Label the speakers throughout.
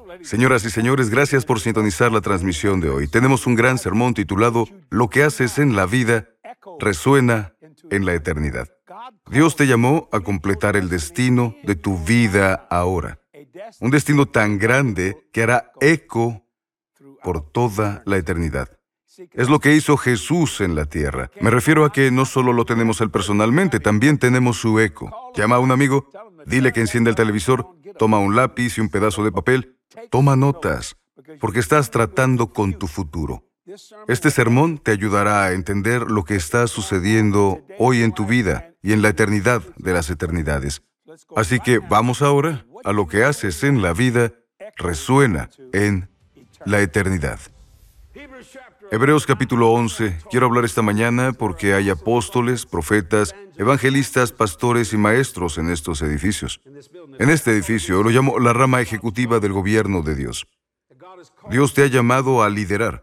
Speaker 1: Señoras y señores, gracias por sintonizar la transmisión de hoy. Tenemos un gran sermón titulado Lo que haces en la vida resuena en la eternidad. Dios te llamó a completar el destino de tu vida ahora. Un destino tan grande que hará eco por toda la eternidad. Es lo que hizo Jesús en la tierra. Me refiero a que no solo lo tenemos él personalmente, también tenemos su eco. Llama a un amigo, dile que encienda el televisor, toma un lápiz y un pedazo de papel, toma notas, porque estás tratando con tu futuro. Este sermón te ayudará a entender lo que está sucediendo hoy en tu vida y en la eternidad de las eternidades. Así que vamos ahora a lo que haces en la vida resuena en la eternidad. Hebreos capítulo 11. Quiero hablar esta mañana porque hay apóstoles, profetas, evangelistas, pastores y maestros en estos edificios. En este edificio lo llamo la rama ejecutiva del gobierno de Dios. Dios te ha llamado a liderar.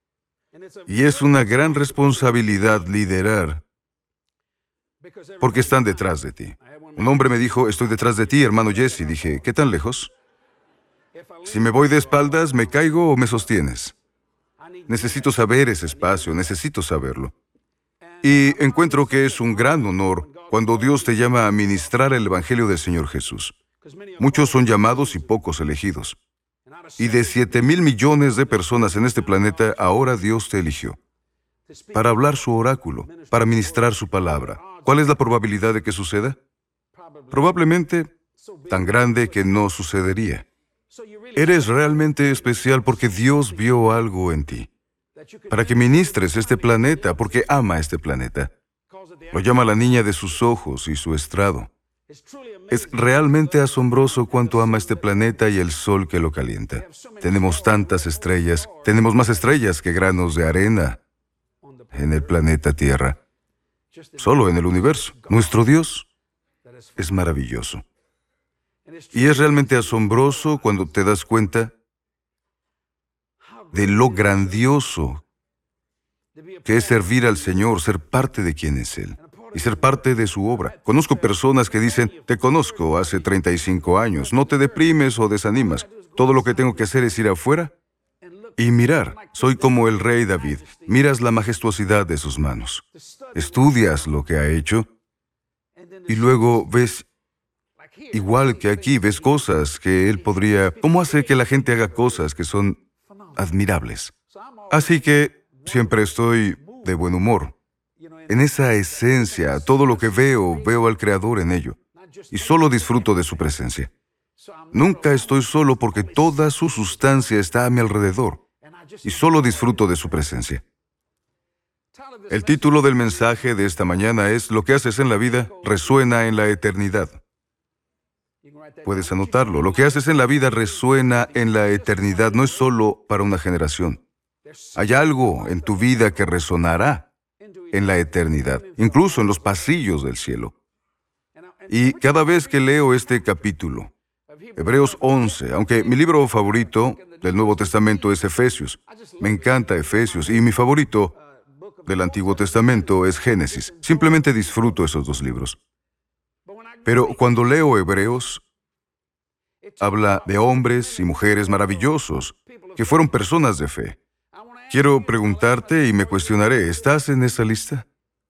Speaker 1: Y es una gran responsabilidad liderar, porque están detrás de ti. Un hombre me dijo, estoy detrás de ti, hermano Jesse. Dije, ¿qué tan lejos? Si me voy de espaldas, ¿me caigo o me sostienes? Necesito saber ese espacio, necesito saberlo. Y encuentro que es un gran honor cuando Dios te llama a ministrar el Evangelio del Señor Jesús. Muchos son llamados y pocos elegidos. Y de 7,000 millones de personas en este planeta, ahora Dios te eligió para hablar su oráculo, para ministrar su palabra. ¿Cuál es la probabilidad de que suceda? Probablemente tan grande que no sucedería. Eres realmente especial porque Dios vio algo en ti, para que ministres este planeta, porque ama este planeta. Lo llama la niña de sus ojos y su estrado. Es realmente asombroso cuánto ama este planeta y el sol que lo calienta. Tenemos tantas estrellas, tenemos más estrellas que granos de arena en el planeta Tierra, solo en el universo. Nuestro Dios es maravilloso. Y es realmente asombroso cuando te das cuenta de lo grandioso que es servir al Señor, ser parte de quien es Él y ser parte de su obra. Conozco personas que dicen, te conozco hace 35 años, no te deprimes o desanimas. Todo lo que tengo que hacer es ir afuera y mirar. Soy como el rey David. Miras la majestuosidad de sus manos. Estudias lo que ha hecho y luego ves, igual que aquí, ves cosas que él podría... ¿Cómo hace que la gente haga cosas que son admirables? Así que siempre estoy de buen humor. En esa esencia, todo lo que veo, veo al Creador en ello. Y solo disfruto de su presencia. Nunca estoy solo porque toda su sustancia está a mi alrededor. Y solo disfruto de su presencia. El título del mensaje de esta mañana es Lo que haces en la vida resuena en la eternidad. Puedes anotarlo. Lo que haces en la vida resuena en la eternidad. No es solo para una generación. Hay algo en tu vida que resonará en la eternidad, incluso en los pasillos del cielo. Y cada vez que leo este capítulo, Hebreos 11, aunque mi libro favorito del Nuevo Testamento es Efesios, me encanta Efesios, y mi favorito del Antiguo Testamento es Génesis. Simplemente disfruto esos dos libros. Pero cuando leo Hebreos, habla de hombres y mujeres maravillosos que fueron personas de fe. Quiero preguntarte y me cuestionaré, ¿estás en esa lista?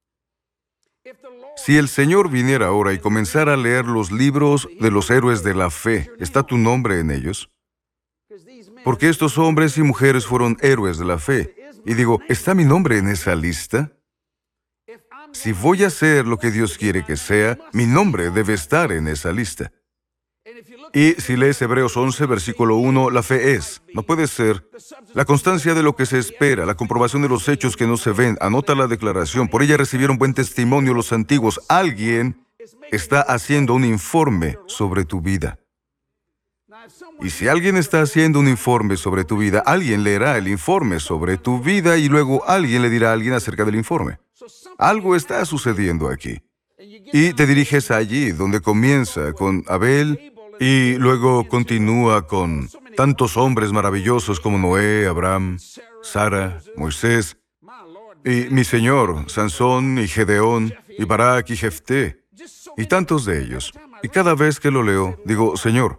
Speaker 1: Si el Señor viniera ahora y comenzara a leer los libros de los héroes de la fe, ¿está tu nombre en ellos? Porque estos hombres y mujeres fueron héroes de la fe. Y digo, ¿está mi nombre en esa lista? Si voy a hacer lo que Dios quiere que sea, mi nombre debe estar en esa lista. Y si lees Hebreos 11, versículo 1, la fe es, no puede ser, la constancia de lo que se espera, la comprobación de los hechos que no se ven. Anota la declaración, por ella recibieron buen testimonio los antiguos. Alguien está haciendo un informe sobre tu vida. Y si alguien está haciendo un informe sobre tu vida, alguien leerá el informe sobre tu vida y luego alguien le dirá a alguien acerca del informe. Algo está sucediendo aquí. Y te diriges allí, donde comienza con Abel, y luego continúa con tantos hombres maravillosos como Noé, Abraham, Sara, Moisés, y mi Señor, Sansón y Gedeón, y Barak y Jefté, y tantos de ellos. Y cada vez que lo leo, digo, Señor,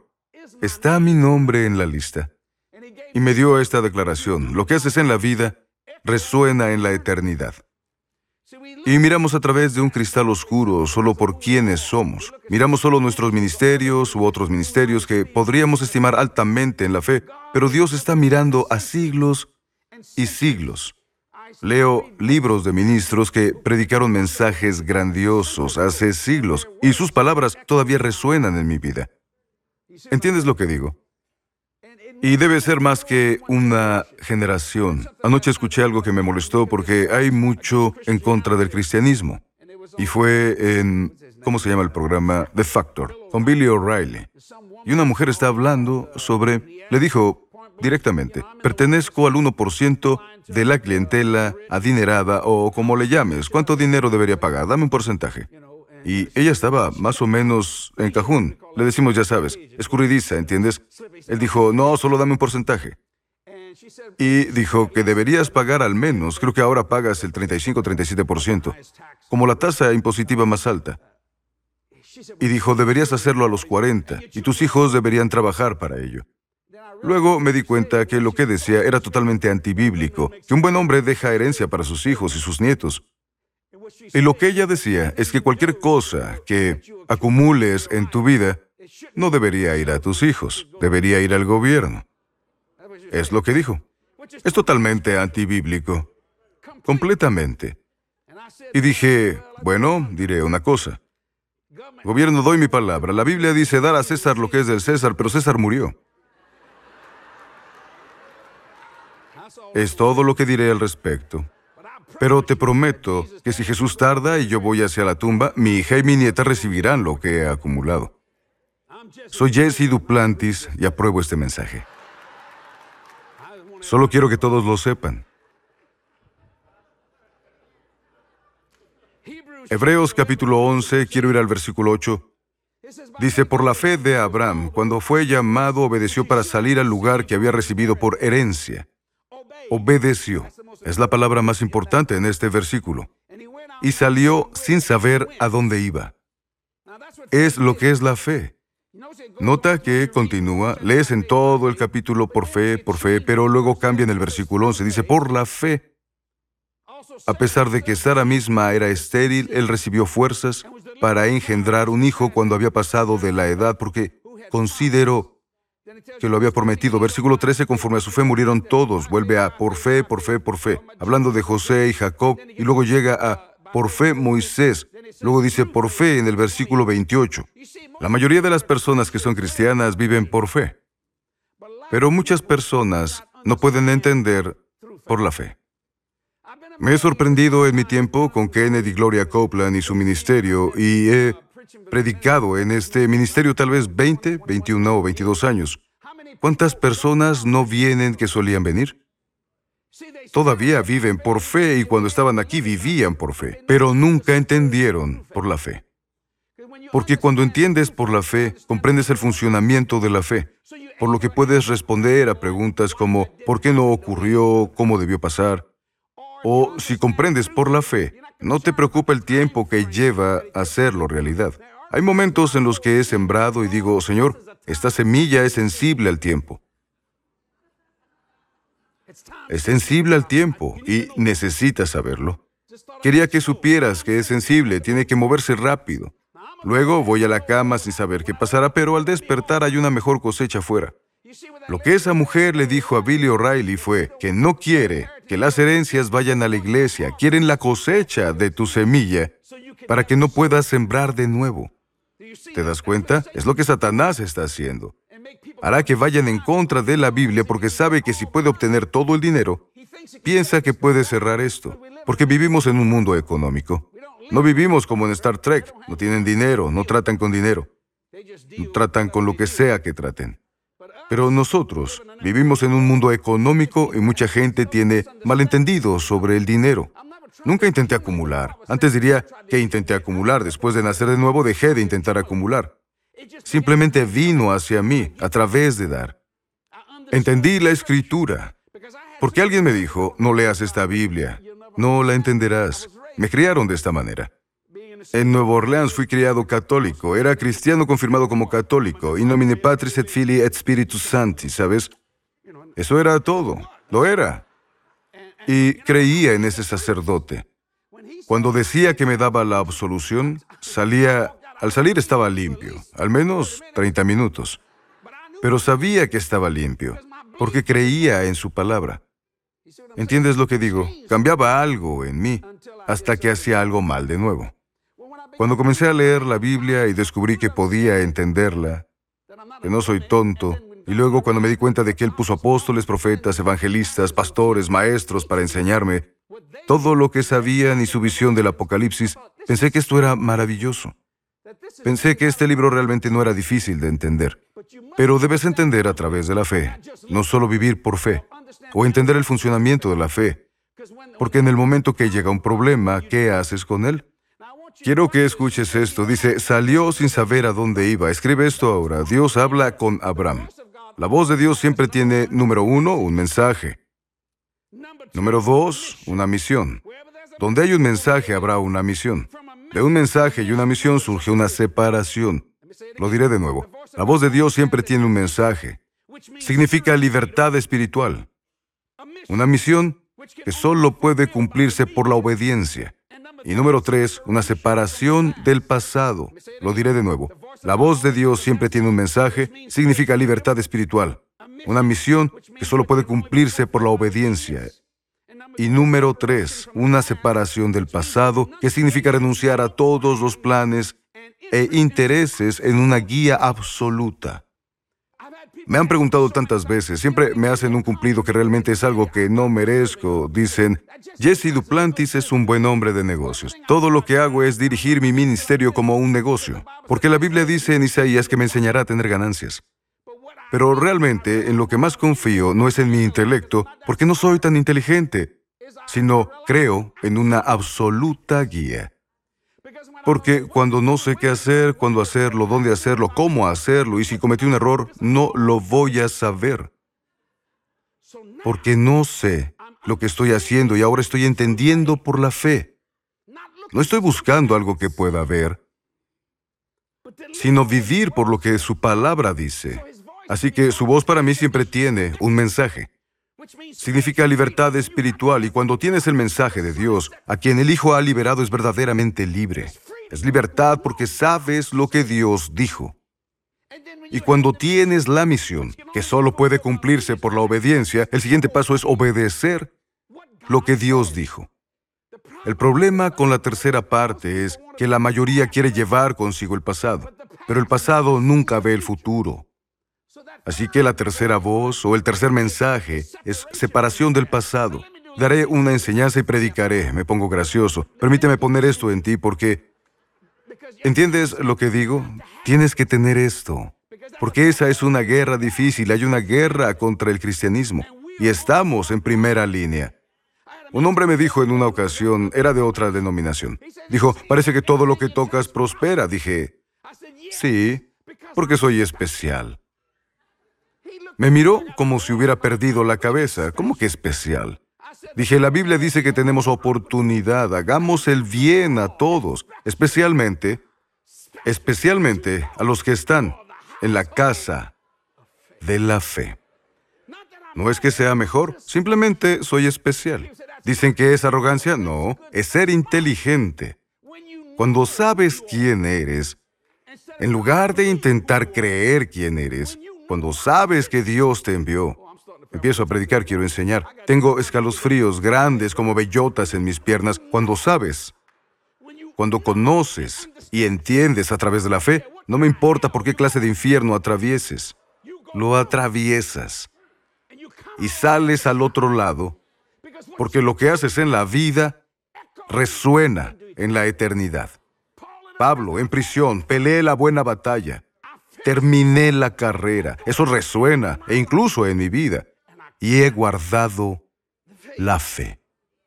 Speaker 1: está mi nombre en la lista. Y me dio esta declaración: lo que haces en la vida resuena en la eternidad. Y miramos a través de un cristal oscuro solo por quienes somos. Miramos solo nuestros ministerios u otros ministerios que podríamos estimar altamente en la fe, pero Dios está mirando a siglos y siglos. Leo libros de ministros que predicaron mensajes grandiosos hace siglos y sus palabras todavía resuenan en mi vida. ¿Entiendes lo que digo? Y debe ser más que una generación. Anoche escuché algo que me molestó porque hay mucho en contra del cristianismo. Y fue en, ¿cómo se llama el programa? The Factor, con Billy O'Reilly. Y una mujer está hablando sobre, le dijo directamente: pertenezco al 1% de la clientela adinerada, o como le llames, ¿cuánto dinero debería pagar? Dame un porcentaje. Y ella estaba más o menos en cajún. Le decimos, ya sabes, escurridiza, ¿entiendes? Él dijo, no, solo dame un porcentaje. Y dijo que deberías pagar al menos, creo que ahora pagas el 35-37%, como la tasa impositiva más alta. Y dijo, deberías hacerlo a los 40, y tus hijos deberían trabajar para ello. Luego me di cuenta que lo que decía era totalmente antibíblico, que un buen hombre deja herencia para sus hijos y sus nietos. Y lo que ella decía es que cualquier cosa que acumules en tu vida no debería ir a tus hijos, debería ir al gobierno. Es lo que dijo. Es totalmente antibíblico. Completamente. Y dije, bueno, diré una cosa. Gobierno, doy mi palabra. La Biblia dice dar a César lo que es del César, pero César murió. Es todo lo que diré al respecto. Pero te prometo que si Jesús tarda y yo voy hacia la tumba, mi hija y mi nieta recibirán lo que he acumulado. Soy Jesse Duplantis y apruebo este mensaje. Solo quiero que todos lo sepan. Hebreos capítulo 11, quiero ir al versículo 8. Dice, por la fe de Abraham, cuando fue llamado, obedeció para salir al lugar que había recibido por herencia. Obedeció. Es la palabra más importante en este versículo. Y salió sin saber a dónde iba. Es lo que es la fe. Nota que continúa, lees en todo el capítulo por fe, pero luego cambia en el versículo 11. Dice, por la fe, a pesar de que Sara misma era estéril, él recibió fuerzas para engendrar un hijo cuando había pasado de la edad, porque consideró que lo había prometido. Versículo 13, conforme a su fe murieron todos. Vuelve a por fe, hablando de José y Jacob, y luego llega a por fe Moisés. Luego dice por fe en el versículo 28. La mayoría de las personas que son cristianas viven por fe, pero muchas personas no pueden entender por la fe. Me he sorprendido en mi tiempo con Kenneth y Gloria Copeland y su ministerio, y he predicado en este ministerio tal vez 20, 21 o 22 años. ¿Cuántas personas no vienen que solían venir? Todavía viven por fe y cuando estaban aquí vivían por fe, pero nunca entendieron por la fe. Porque cuando entiendes por la fe, comprendes el funcionamiento de la fe, por lo que puedes responder a preguntas como ¿por qué no ocurrió? ¿Cómo debió pasar? O si comprendes por la fe, no te preocupa el tiempo que lleva a hacerlo realidad. Hay momentos en los que he sembrado y digo, Señor, esta semilla es sensible al tiempo. Es sensible al tiempo y necesitas saberlo. Quería que supieras que es sensible, tiene que moverse rápido. Luego voy a la cama sin saber qué pasará, pero al despertar hay una mejor cosecha afuera. Lo que esa mujer le dijo a Billy O'Reilly fue que no quiere que las herencias vayan a la iglesia, quieren la cosecha de tu semilla para que no puedas sembrar de nuevo. ¿Te das cuenta? Es lo que Satanás está haciendo. Hará que vayan en contra de la Biblia porque sabe que si puede obtener todo el dinero, piensa que puede cerrar esto, porque vivimos en un mundo económico. No vivimos como en Star Trek, no tienen dinero, no tratan con dinero, no tratan con lo que sea que traten. Pero nosotros vivimos en un mundo económico y mucha gente tiene malentendidos sobre el dinero. Nunca intenté acumular. Antes diría que intenté acumular. Después de nacer de nuevo, dejé de intentar acumular. Simplemente vino hacia mí a través de dar. Entendí la Escritura. Porque alguien me dijo, no leas esta Biblia. No la entenderás. Me criaron de esta manera. En Nueva Orleans fui criado católico. Era cristiano confirmado como católico. In nomine Patris et Filii et Spiritus Sancti, ¿sabes? Eso era todo. Lo era. Y creía en ese sacerdote. Cuando decía que me daba la absolución, al salir estaba limpio, al menos 30 minutos. Pero sabía que estaba limpio, porque creía en su palabra. ¿Entiendes lo que digo? Cambiaba algo en mí, hasta que hacía algo mal de nuevo. Cuando comencé a leer la Biblia y descubrí que podía entenderla, que no soy tonto, y luego cuando me di cuenta de que Él puso apóstoles, profetas, evangelistas, pastores, maestros para enseñarme todo lo que sabían y su visión del Apocalipsis, pensé que esto era maravilloso. Pensé que este libro realmente no era difícil de entender. Pero debes entender a través de la fe, no solo vivir por fe, o entender el funcionamiento de la fe. Porque en el momento que llega un problema, ¿qué haces con él? Quiero que escuches esto. Dice, salió sin saber a dónde iba. Escribe esto ahora. Dios habla con Abraham. La voz de Dios siempre tiene, número 1, un mensaje. Número 2, una misión. Donde hay un mensaje, habrá una misión. De un mensaje y una misión surge una separación. Lo diré de nuevo. La voz de Dios siempre tiene un mensaje. Significa libertad espiritual. Una misión que solo puede cumplirse por la obediencia. Y número 3, una separación del pasado. Lo diré de nuevo. La voz de Dios siempre tiene un mensaje, significa libertad espiritual. Una misión que solo puede cumplirse por la obediencia. Y número 3, una separación del pasado, que significa renunciar a todos los planes e intereses en una guía absoluta. Me han preguntado tantas veces, siempre me hacen un cumplido que realmente es algo que no merezco. Dicen, Jesse Duplantis es un buen hombre de negocios. Todo lo que hago es dirigir mi ministerio como un negocio, porque la Biblia dice en Isaías que me enseñará a tener ganancias. Pero realmente en lo que más confío no es en mi intelecto, porque no soy tan inteligente, sino creo en una absoluta guía. Porque cuando no sé qué hacer, cuándo hacerlo, dónde hacerlo, cómo hacerlo, y si cometí un error, no lo voy a saber. Porque no sé lo que estoy haciendo y ahora estoy entendiendo por la fe. No estoy buscando algo que pueda ver, sino vivir por lo que su palabra dice. Así que su voz para mí siempre tiene un mensaje. Significa libertad espiritual, y cuando tienes el mensaje de Dios, a quien el Hijo ha liberado es verdaderamente libre. Es libertad porque sabes lo que Dios dijo. Y cuando tienes la misión, que solo puede cumplirse por la obediencia, el siguiente paso es obedecer lo que Dios dijo. El problema con la tercera parte es que la mayoría quiere llevar consigo el pasado, pero el pasado nunca ve el futuro. Así que la tercera voz o el tercer mensaje es separación del pasado. Daré una enseñanza y predicaré. Me pongo gracioso. Permíteme poner esto en ti porque... ¿Entiendes lo que digo? Tienes que tener esto. Porque esa es una guerra difícil. Hay una guerra contra el cristianismo. Y estamos en primera línea. Un hombre me dijo en una ocasión, era de otra denominación. Dijo, parece que todo lo que tocas prospera. Dije, sí, porque soy especial. Me miró como si hubiera perdido la cabeza. ¿Cómo que especial? Dije, la Biblia dice que tenemos oportunidad. Hagamos el bien a todos, especialmente a los que están en la casa de la fe. No es que sea mejor, simplemente soy especial. ¿Dicen que es arrogancia? No, es ser inteligente. Cuando sabes quién eres, en lugar de intentar creer quién eres, cuando sabes que Dios te envió, empiezo a predicar, quiero enseñar. Tengo escalofríos grandes como bellotas en mis piernas. Cuando sabes, cuando conoces y entiendes a través de la fe, no me importa por qué clase de infierno atravieses. Lo atraviesas y sales al otro lado, porque lo que haces en la vida resuena en la eternidad. Pablo, en prisión, peleé la buena batalla. Terminé la carrera. Eso resuena, e incluso en mi vida. Y he guardado la fe.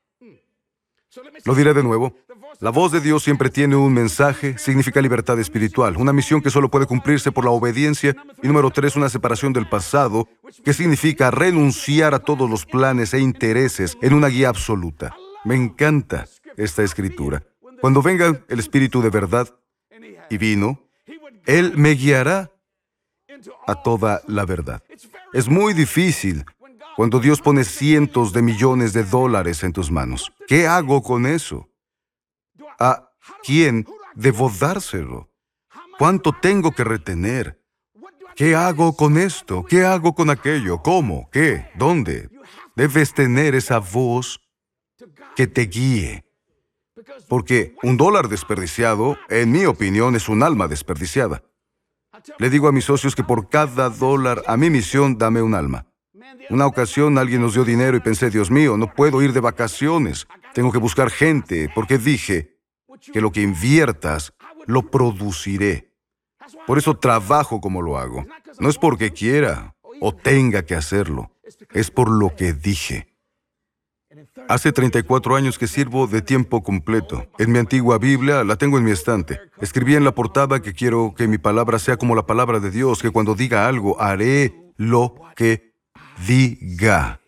Speaker 1: Lo diré de nuevo. La voz de Dios siempre tiene un mensaje, significa libertad espiritual, una misión que solo puede cumplirse por la obediencia. Y número 3, una separación del pasado, que significa renunciar a todos los planes e intereses en una guía absoluta. Me encanta esta escritura. Cuando venga el Espíritu de verdad, y vino, Él me guiará a toda la verdad. Es muy difícil cuando Dios pone cientos de millones de dólares en tus manos. ¿Qué hago con eso? ¿A quién debo dárselo? ¿Cuánto tengo que retener? ¿Qué hago con esto? ¿Qué hago con aquello? ¿Cómo? ¿Qué? ¿Dónde? Debes tener esa voz que te guíe. Porque $1 desperdiciado, en mi opinión, es un alma desperdiciada. Le digo a mis socios que por cada $1 a mi misión, dame un alma. Una ocasión alguien nos dio dinero y pensé, Dios mío, no puedo ir de vacaciones. Tengo que buscar gente, porque dije que lo que inviertas, lo produciré. Por eso trabajo como lo hago. No es porque quiera o tenga que hacerlo. Es por lo que dije. Hace 34 años que sirvo de tiempo completo. En mi antigua Biblia, la tengo en mi estante. Escribí en la portada que quiero que mi palabra sea como la palabra de Dios, que cuando diga algo, haré lo que diga.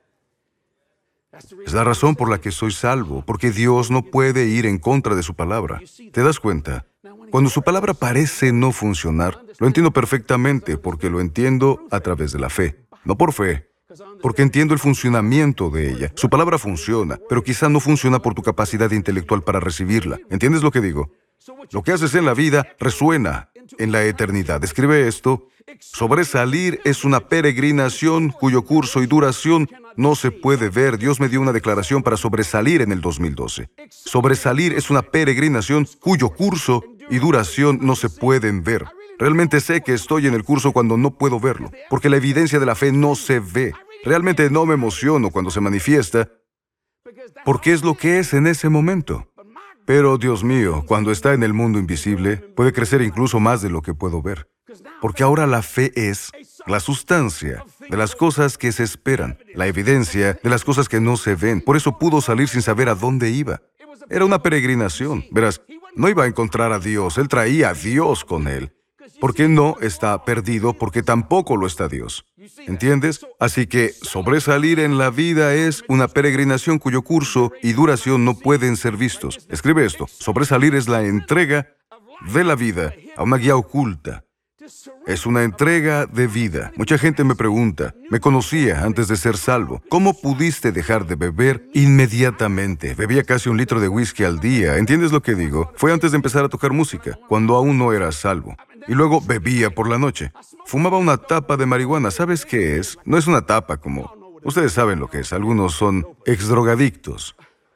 Speaker 1: Es la razón por la que soy salvo, porque Dios no puede ir en contra de su palabra. ¿Te das cuenta? Cuando su palabra parece no funcionar, lo entiendo perfectamente, porque lo entiendo a través de la fe, no por fe. Porque entiendo el funcionamiento de ella. Su palabra funciona, pero quizá no funciona por tu capacidad intelectual para recibirla. ¿Entiendes lo que digo? Lo que haces en la vida resuena en la eternidad. Escribe esto. Sobresalir es una peregrinación cuyo curso y duración no se puede ver. Dios me dio una declaración para sobresalir en el 2012. Sobresalir es una peregrinación cuyo curso y duración no se pueden ver. Realmente sé que estoy en el curso cuando no puedo verlo, porque la evidencia de la fe no se ve. Realmente no me emociono cuando se manifiesta, porque es lo que es en ese momento. Pero, Dios mío, cuando está en el mundo invisible, puede crecer incluso más de lo que puedo ver. Porque ahora la fe es la sustancia de las cosas que se esperan, la evidencia de las cosas que no se ven. Por eso pudo salir sin saber a dónde iba. Era una peregrinación. Verás, no iba a encontrar a Dios, él traía a Dios con él. Porque no está perdido, porque tampoco lo está Dios. ¿Entiendes? Así que sobresalir en la vida es una peregrinación cuyo curso y duración no pueden ser vistos. Escribe esto. Sobresalir es la entrega de la vida a una guía oculta. Es una entrega de vida. Mucha gente me pregunta, me conocía antes de ser salvo. ¿Cómo pudiste dejar de beber inmediatamente? Bebía casi 1 litro de whisky al día. ¿Entiendes lo que digo? Fue antes de empezar a tocar música, cuando aún no era salvo. Y luego bebía por la noche. Fumaba una tapa de marihuana. ¿Sabes qué es? No es una tapa como... Ustedes saben lo que es. Algunos son exdrogadictos.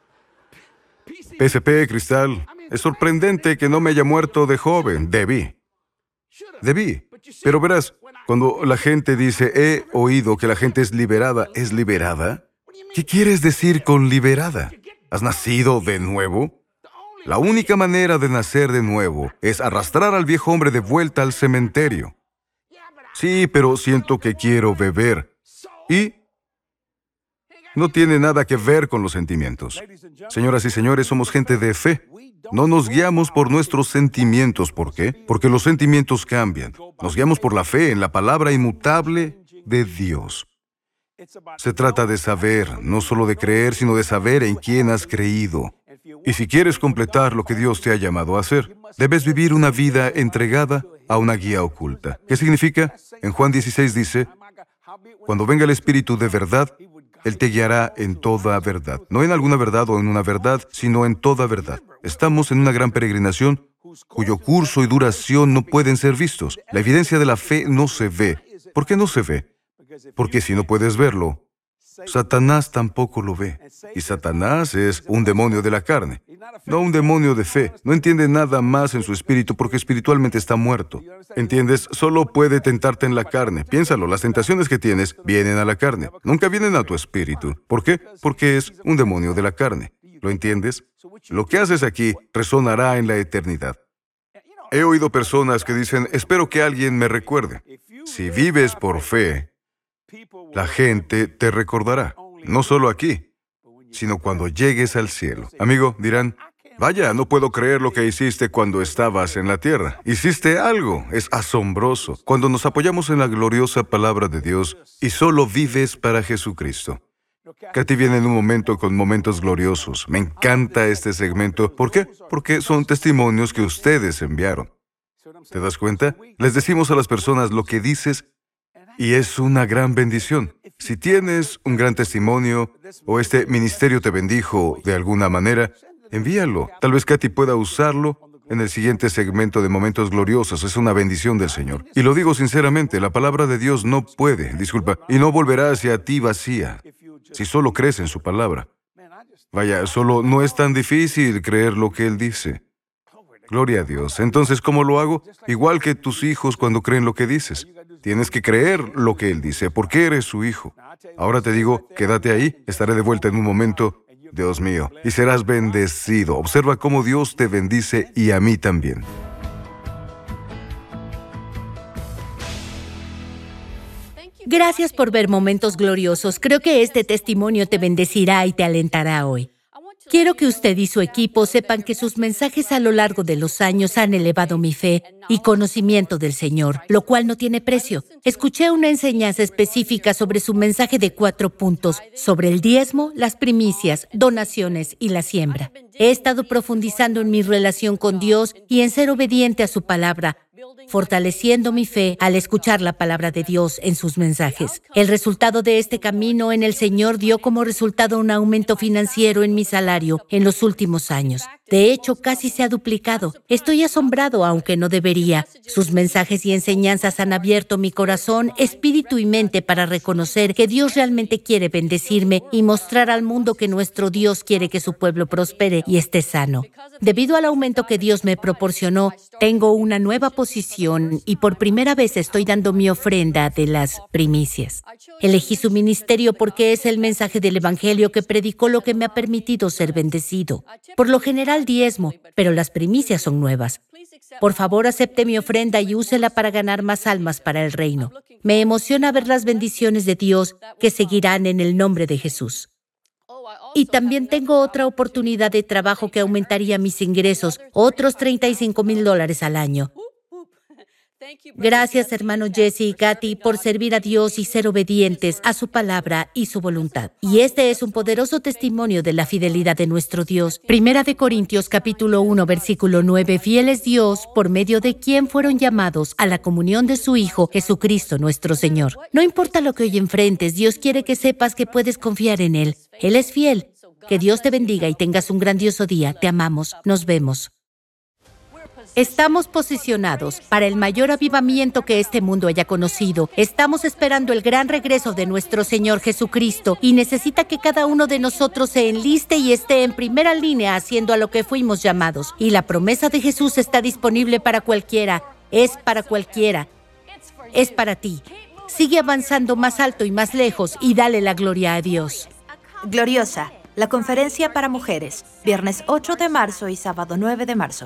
Speaker 1: PSP, cristal. Es sorprendente que no me haya muerto de joven. Debí. Pero verás, cuando la gente dice, he oído que la gente es liberada, ¿es liberada? ¿Qué quieres decir con liberada? ¿Has nacido de nuevo? La única manera de nacer de nuevo es arrastrar al viejo hombre de vuelta al cementerio. Sí, pero siento que quiero beber. Y no tiene nada que ver con los sentimientos. Señoras y señores, somos gente de fe. No nos guiamos por nuestros sentimientos. ¿Por qué? Porque los sentimientos cambian. Nos guiamos por la fe en la palabra inmutable de Dios. Se trata de saber, no solo de creer, sino de saber en quién has creído. Y si quieres completar lo que Dios te ha llamado a hacer, debes vivir una vida entregada a una guía oculta. ¿Qué significa? En Juan 16 dice, cuando venga el Espíritu de verdad, Él te guiará en toda verdad. No en alguna verdad o en una verdad, sino en toda verdad. Estamos en una gran peregrinación cuyo curso y duración no pueden ser vistos. La evidencia de la fe no se ve. ¿Por qué no se ve? Porque si no puedes verlo, Satanás tampoco lo ve. Y Satanás es un demonio de la carne, no un demonio de fe. No entiende nada más en su espíritu porque espiritualmente está muerto. ¿Entiendes? Solo puede tentarte en la carne. Piénsalo, las tentaciones que tienes vienen a la carne. Nunca vienen a tu espíritu. ¿Por qué? Porque es un demonio de la carne. ¿Lo entiendes? Lo que haces aquí resonará en la eternidad. He oído personas que dicen, espero que alguien me recuerde. Si vives por fe, la gente te recordará, no solo aquí, sino cuando llegues al cielo. Amigo, dirán, vaya, no puedo creer lo que hiciste cuando estabas en la tierra. Hiciste algo, es asombroso. Cuando nos apoyamos en la gloriosa palabra de Dios y solo vives para Jesucristo. Katy viene en un momento con momentos gloriosos. Me encanta este segmento. ¿Por qué? Porque son testimonios que ustedes enviaron. ¿Te das cuenta? Les decimos a las personas lo que dices y es una gran bendición. Si tienes un gran testimonio o este ministerio te bendijo de alguna manera, envíalo. Tal vez Katy pueda usarlo en el siguiente segmento de Momentos Gloriosos. Es una bendición del Señor. Y lo digo sinceramente, la palabra de Dios no puede, y no volverá hacia ti vacía, si solo crees en su palabra. Vaya, solo no es tan difícil creer lo que Él dice. Gloria a Dios. Entonces, ¿cómo lo hago? Igual que tus hijos cuando creen lo que dices. Tienes que creer lo que Él dice, porque eres su hijo. Ahora te digo, quédate ahí, estaré de vuelta en un momento, Dios mío, y serás bendecido. Observa cómo Dios te bendice y a mí también.
Speaker 2: Gracias por ver Momentos Gloriosos. Creo que este testimonio te bendecirá y te alentará hoy. Quiero que usted y su equipo sepan que sus mensajes a lo largo de los años han elevado mi fe y conocimiento del Señor, lo cual no tiene precio. Escuché una enseñanza específica sobre su mensaje de 4 puntos, sobre el diezmo, las primicias, donaciones y la siembra. He estado profundizando en mi relación con Dios y en ser obediente a su palabra, fortaleciendo mi fe al escuchar la palabra de Dios en sus mensajes. El resultado de este camino en el Señor dio como resultado un aumento financiero en mi salario en los últimos años. De hecho, casi se ha duplicado. Estoy asombrado, aunque no debería. Sus mensajes y enseñanzas han abierto mi corazón, espíritu y mente para reconocer que Dios realmente quiere bendecirme y mostrar al mundo que nuestro Dios quiere que su pueblo prospere y esté sano. Debido al aumento que Dios me proporcionó, tengo una nueva posición y por primera vez estoy dando mi ofrenda de las primicias. Elegí su ministerio porque es el mensaje del Evangelio que predicó lo que me ha permitido ser bendecido. Por lo general diezmo, pero las primicias son nuevas. Por favor, acepte mi ofrenda y úsela para ganar más almas para el reino. Me emociona ver las bendiciones de Dios que seguirán en el nombre de Jesús. Y también tengo otra oportunidad de trabajo que aumentaría mis ingresos, otros $35,000 al año. Gracias, hermano Jesse y Katy, por servir a Dios y ser obedientes a su palabra y su voluntad. Y este es un poderoso testimonio de la fidelidad de nuestro Dios. Primera de Corintios, capítulo 1, versículo 9. Fiel es Dios, por medio de quien fueron llamados a la comunión de su Hijo, Jesucristo nuestro Señor. No importa lo que hoy enfrentes, Dios quiere que sepas que puedes confiar en Él. Él es fiel. Que Dios te bendiga y tengas un grandioso día. Te amamos. Nos vemos. Estamos posicionados para el mayor avivamiento que este mundo haya conocido. Estamos esperando el gran regreso de nuestro Señor Jesucristo y necesita que cada uno de nosotros se enliste y esté en primera línea haciendo a lo que fuimos llamados. Y la promesa de Jesús está disponible para cualquiera. Es para cualquiera. Es para ti. Sigue avanzando más alto y más lejos y dale la gloria a Dios.
Speaker 3: Gloriosa, la conferencia para mujeres, viernes 8 de marzo y sábado 9 de marzo.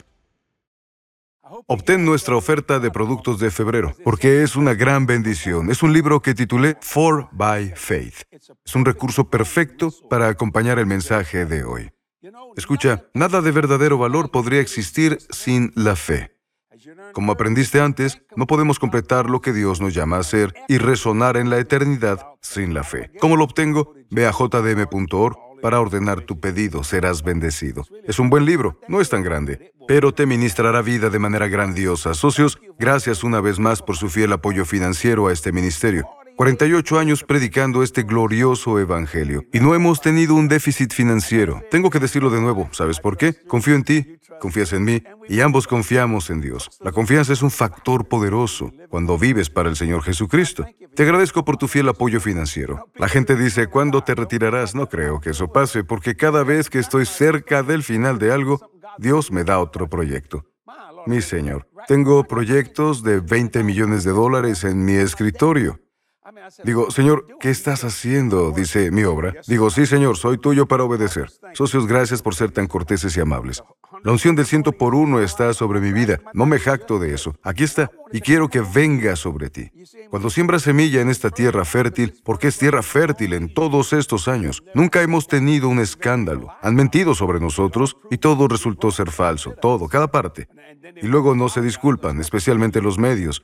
Speaker 1: Obtén nuestra oferta de productos de febrero, porque es una gran bendición. Es un libro que titulé For by Faith. Es un recurso perfecto para acompañar el mensaje de hoy. Escucha, nada de verdadero valor podría existir sin la fe. Como aprendiste antes, no podemos completar lo que Dios nos llama a hacer y resonar en la eternidad sin la fe. ¿Cómo lo obtengo? Ve a jdm.org para ordenar tu pedido. Serás bendecido. Es un buen libro, no es tan grande, pero te ministrará vida de manera grandiosa. Socios, gracias una vez más por su fiel apoyo financiero a este ministerio. 48 años predicando este glorioso evangelio. Y no hemos tenido un déficit financiero. Tengo que decirlo de nuevo. ¿Sabes por qué? Confío en ti, confías en mí, y ambos confiamos en Dios. La confianza es un factor poderoso cuando vives para el Señor Jesucristo. Te agradezco por tu fiel apoyo financiero. La gente dice, ¿cuándo te retirarás? No creo que eso pase, porque cada vez que estoy cerca del final de algo, Dios me da otro proyecto. Mi Señor, tengo proyectos de $20 millones en mi escritorio. Digo, Señor, ¿qué estás haciendo? Dice mi obra. Digo, sí, Señor, soy tuyo para obedecer. Socios, gracias por ser tan corteses y amables. La unción del 100 por 1 está sobre mi vida. No me jacto de eso. Aquí está. Y quiero que venga sobre ti. Cuando siembras semilla en esta tierra fértil, porque es tierra fértil en todos estos años, nunca hemos tenido un escándalo. Han mentido sobre nosotros y todo resultó ser falso. Todo, cada parte. Y luego no se disculpan, especialmente los medios.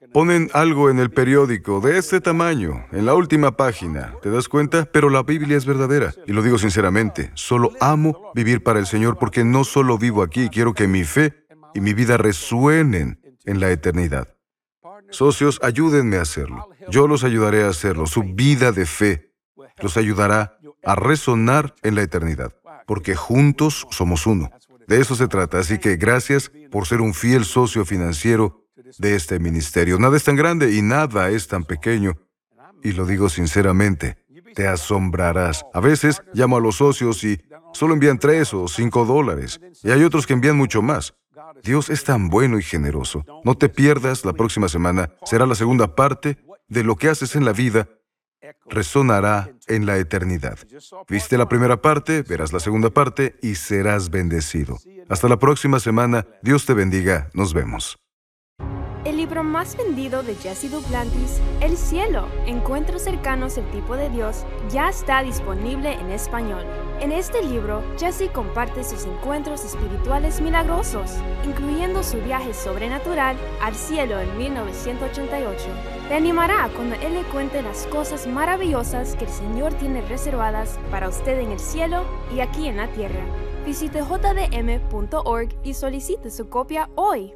Speaker 1: Ponen algo en el periódico de este tamaño, en la última página. ¿Te das cuenta? Pero la Biblia es verdadera. Y lo digo sinceramente, solo amo vivir para el Señor porque no solo vivo aquí, quiero que mi fe y mi vida resuenen en la eternidad. Socios, ayúdenme a hacerlo. Yo los ayudaré a hacerlo. Su vida de fe los ayudará a resonar en la eternidad, porque juntos somos uno. De eso se trata. Así que gracias por ser un fiel socio financiero de este ministerio. Nada es tan grande y nada es tan pequeño. Y lo digo sinceramente, te asombrarás. A veces llamo a los socios y solo envían $3 o $5. Y hay otros que envían mucho más. Dios es tan bueno y generoso. No te pierdas la próxima semana. Será la segunda parte de lo que haces en la vida. Resonará en la eternidad. Viste la primera parte, verás la segunda parte y serás bendecido. Hasta la próxima semana. Dios te bendiga. Nos vemos.
Speaker 4: El libro más vendido de Jesse Duplantis, El Cielo, Encuentros cercanos al tipo de Dios, ya está disponible en español. En este libro, Jesse comparte sus encuentros espirituales milagrosos, incluyendo su viaje sobrenatural al cielo en 1988. Te animará cuando él le cuente las cosas maravillosas que el Señor tiene reservadas para usted en el cielo y aquí en la tierra. Visite jdm.org y solicite su copia hoy.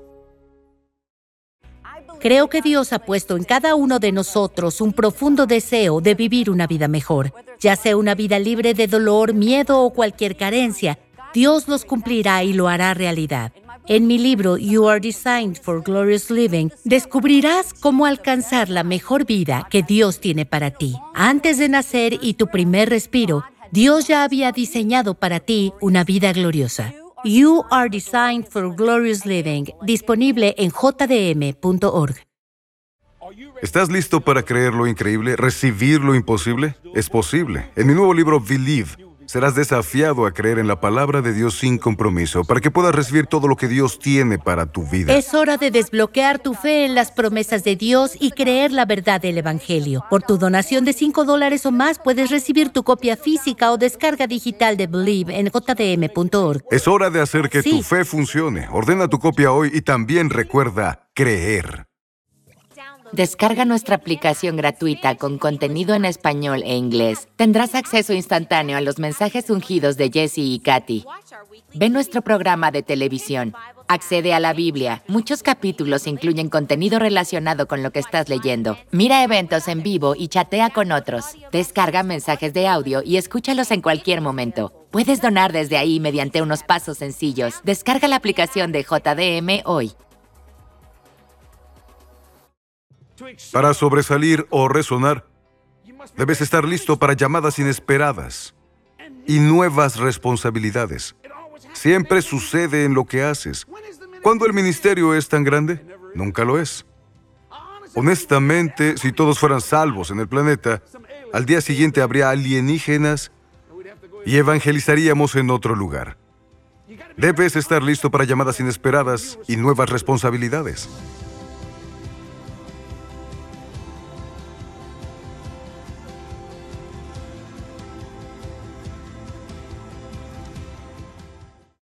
Speaker 2: Creo que Dios ha puesto en cada uno de nosotros un profundo deseo de vivir una vida mejor, ya sea una vida libre de dolor, miedo o cualquier carencia. Dios los cumplirá y lo hará realidad. En mi libro You Are Designed for Glorious Living, descubrirás cómo alcanzar la mejor vida que Dios tiene para ti. Antes de nacer y tu primer respiro, Dios ya había diseñado para ti una vida gloriosa. You Are Designed for Glorious Living, disponible en jdm.org.
Speaker 1: ¿Estás listo para creer lo increíble, recibir lo imposible? Es posible. En mi nuevo libro, Believe, serás desafiado a creer en la palabra de Dios sin compromiso, para que puedas recibir todo lo que Dios tiene para tu vida.
Speaker 2: Es hora de desbloquear tu fe en las promesas de Dios y creer la verdad del Evangelio. Por tu donación de $5 o más, puedes recibir tu copia física o descarga digital de Believe en jdm.org.
Speaker 1: Es hora de hacer que tu fe funcione. Ordena tu copia hoy y también recuerda creer.
Speaker 5: Descarga nuestra aplicación gratuita con contenido en español e inglés. Tendrás acceso instantáneo a los mensajes ungidos de Jesse y Kathy. Ve nuestro programa de televisión. Accede a la Biblia. Muchos capítulos incluyen contenido relacionado con lo que estás leyendo. Mira eventos en vivo y chatea con otros. Descarga mensajes de audio y escúchalos en cualquier momento. Puedes donar desde ahí mediante unos pasos sencillos. Descarga la aplicación de JDM hoy.
Speaker 1: Para sobresalir o resonar, debes estar listo para llamadas inesperadas y nuevas responsabilidades. Siempre sucede en lo que haces. ¿Cuándo el ministerio es tan grande? Nunca lo es. Honestamente, si todos fueran salvos en el planeta, al día siguiente habría alienígenas y evangelizaríamos en otro lugar. Debes estar listo para llamadas inesperadas y nuevas responsabilidades.